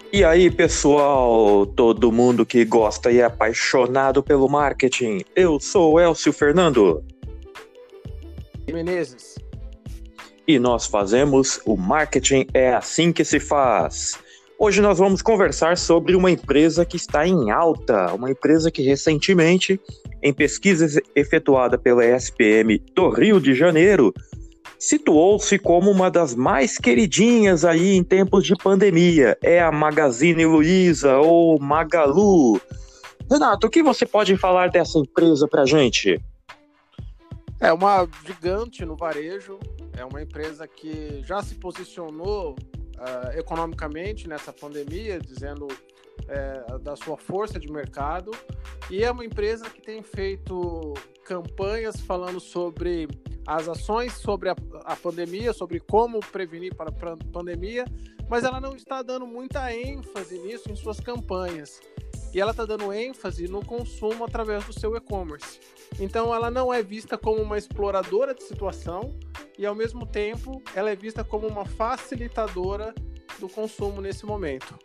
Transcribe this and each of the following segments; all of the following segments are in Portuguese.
E aí, pessoal, todo mundo que gosta e é apaixonado pelo marketing, eu sou o Elcio Fernando Menezes. e nós fazemos o Marketing é assim que se faz. Hoje nós vamos conversar sobre uma empresa que está em alta, uma empresa que recentemente, em pesquisa efetuada pela ESPM do Rio de Janeiro, situou-se como uma das mais queridinhas aí em tempos de pandemia. É a Magazine Luiza ou Magalu. Renato, o que você pode falar dessa empresa pra gente? É uma gigante no varejo, é uma empresa que já se posicionou economicamente nessa pandemia, dizendo da sua força de mercado, e é uma empresa que tem feito campanhas falando sobre as ações sobre a pandemia, sobre como prevenir para a pandemia, mas ela não está dando muita ênfase nisso em suas campanhas. E ela está dando ênfase no consumo através do seu e-commerce. Então, ela não é vista como uma exploradora de situação e, ao mesmo tempo, ela é vista como uma facilitadora do consumo nesse momento.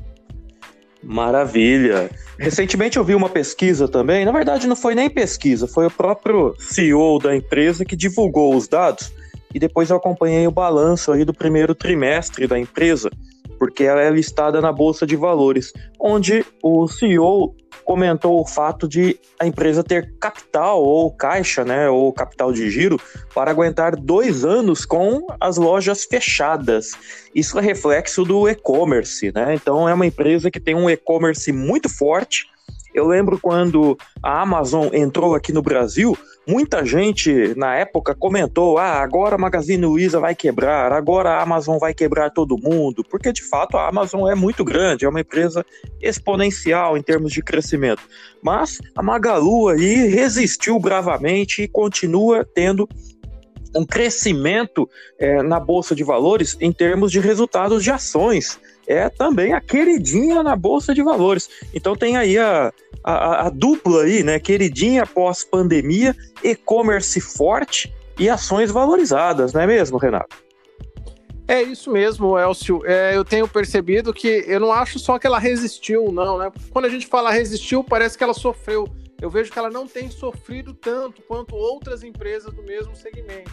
Maravilha! Recentemente eu vi uma pesquisa também, na verdade não foi nem pesquisa, foi o próprio CEO da empresa que divulgou os dados e depois eu acompanhei o balanço aí do primeiro trimestre da empresa, porque ela é listada na Bolsa de Valores, onde o CEO comentou o fato de a empresa ter capital ou caixa, né, ou capital de giro para aguentar 2 anos com as lojas fechadas. Isso é reflexo do e-commerce, né? Então é uma empresa que tem um e-commerce muito forte. Eu lembro quando a Amazon entrou aqui no Brasil, muita gente na época comentou: agora a Magazine Luiza vai quebrar, agora a Amazon vai quebrar todo mundo, porque de fato a Amazon é muito grande, é uma empresa exponencial em termos de crescimento. Mas a Magalu aí resistiu bravamente e continua tendo um crescimento na Bolsa de Valores em termos de resultados de ações. É também a queridinha na Bolsa de Valores. Então tem aí a dupla aí, né? Queridinha pós-pandemia, e-commerce forte e ações valorizadas, não é mesmo, Renato? É isso mesmo, Elcio. Eu tenho percebido que eu não acho só que ela resistiu, não, né? Quando a gente fala resistiu, parece que ela sofreu. Eu vejo que ela não tem sofrido tanto quanto outras empresas do mesmo segmento.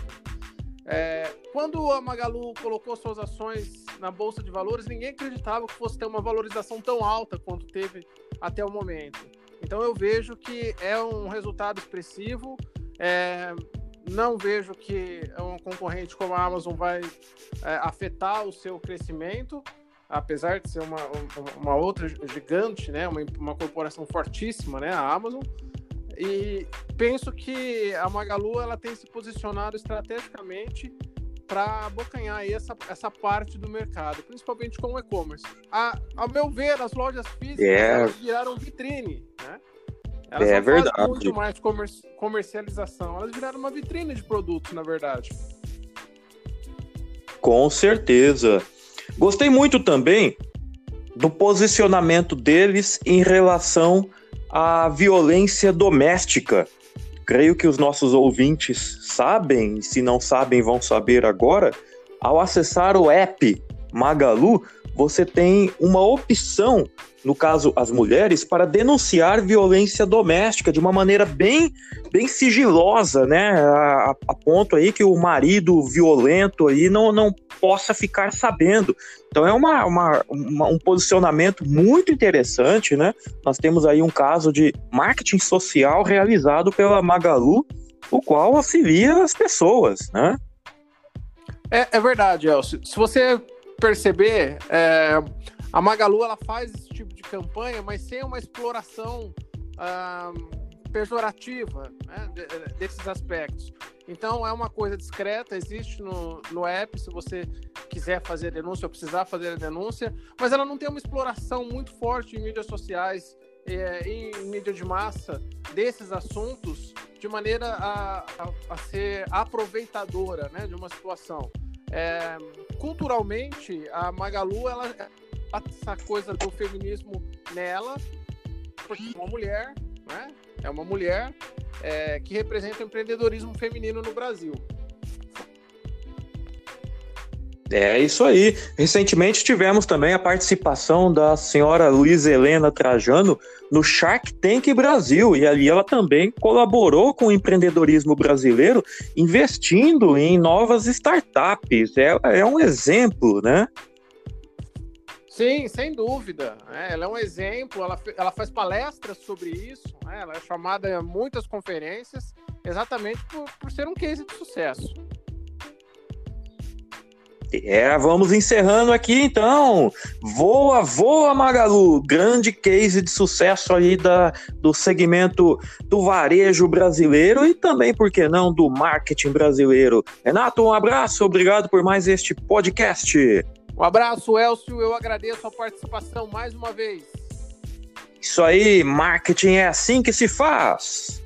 Quando a Magalu colocou suas ações na Bolsa de Valores, ninguém acreditava que fosse ter uma valorização tão alta quanto teve até o momento. Então eu vejo que é um resultado expressivo. Não vejo que um concorrente como a Amazon vai afetar o seu crescimento, apesar de ser uma outra gigante, né? Uma corporação fortíssima, né? A Amazon. E penso que a Magalu ela tem se posicionado estrategicamente para abocanhar aí essa parte do mercado, principalmente com o e-commerce. Ao meu ver, as lojas físicas elas viraram vitrine, né? Elas não fazem muito mais comercialização, elas viraram uma vitrine de produtos, na verdade. Com certeza. Gostei muito também do posicionamento deles em relação à violência doméstica. Creio que os nossos ouvintes sabem, se não sabem, vão saber agora. Ao acessar o app Magalu, você tem uma opção, no caso as mulheres, para denunciar violência doméstica de uma maneira bem sigilosa, né? A ponto aí que o marido violento aí não possa ficar sabendo. Então é um posicionamento muito interessante, né? Nós temos aí um caso de marketing social realizado pela Magalu, o qual auxilia as pessoas, né? É verdade, Elcio. Se você perceber, a Magalu ela faz esse tipo de campanha, mas sem uma exploração pejorativa, né, desses aspectos. Então é uma coisa discreta, existe no app, se você quiser fazer a denúncia ou precisar fazer a denúncia, mas ela não tem uma exploração muito forte em mídias sociais, em mídia de massa, desses assuntos, de maneira a ser aproveitadora, né, de uma situação. Culturalmente, a Magalu, ela essa coisa do feminismo nela, porque é uma mulher, né? É uma mulher que representa o empreendedorismo feminino no Brasil. É isso aí. Recentemente tivemos também a participação da senhora Luiza Helena Trajano no Shark Tank Brasil, e ali ela também colaborou com o empreendedorismo brasileiro, investindo em novas startups. É um exemplo, né? Sim, sem dúvida. Ela é um exemplo, ela faz palestras sobre isso, né? Ela é chamada em muitas conferências, exatamente por ser um case de sucesso. Vamos encerrando aqui então. Voa, voa, Magalu. Grande case de sucesso aí do segmento do varejo brasileiro e também, por que não, do marketing brasileiro. Renato, um abraço, obrigado por mais este podcast. Um abraço, Elcio, eu agradeço a participação mais uma vez. Isso aí, marketing é assim que se faz.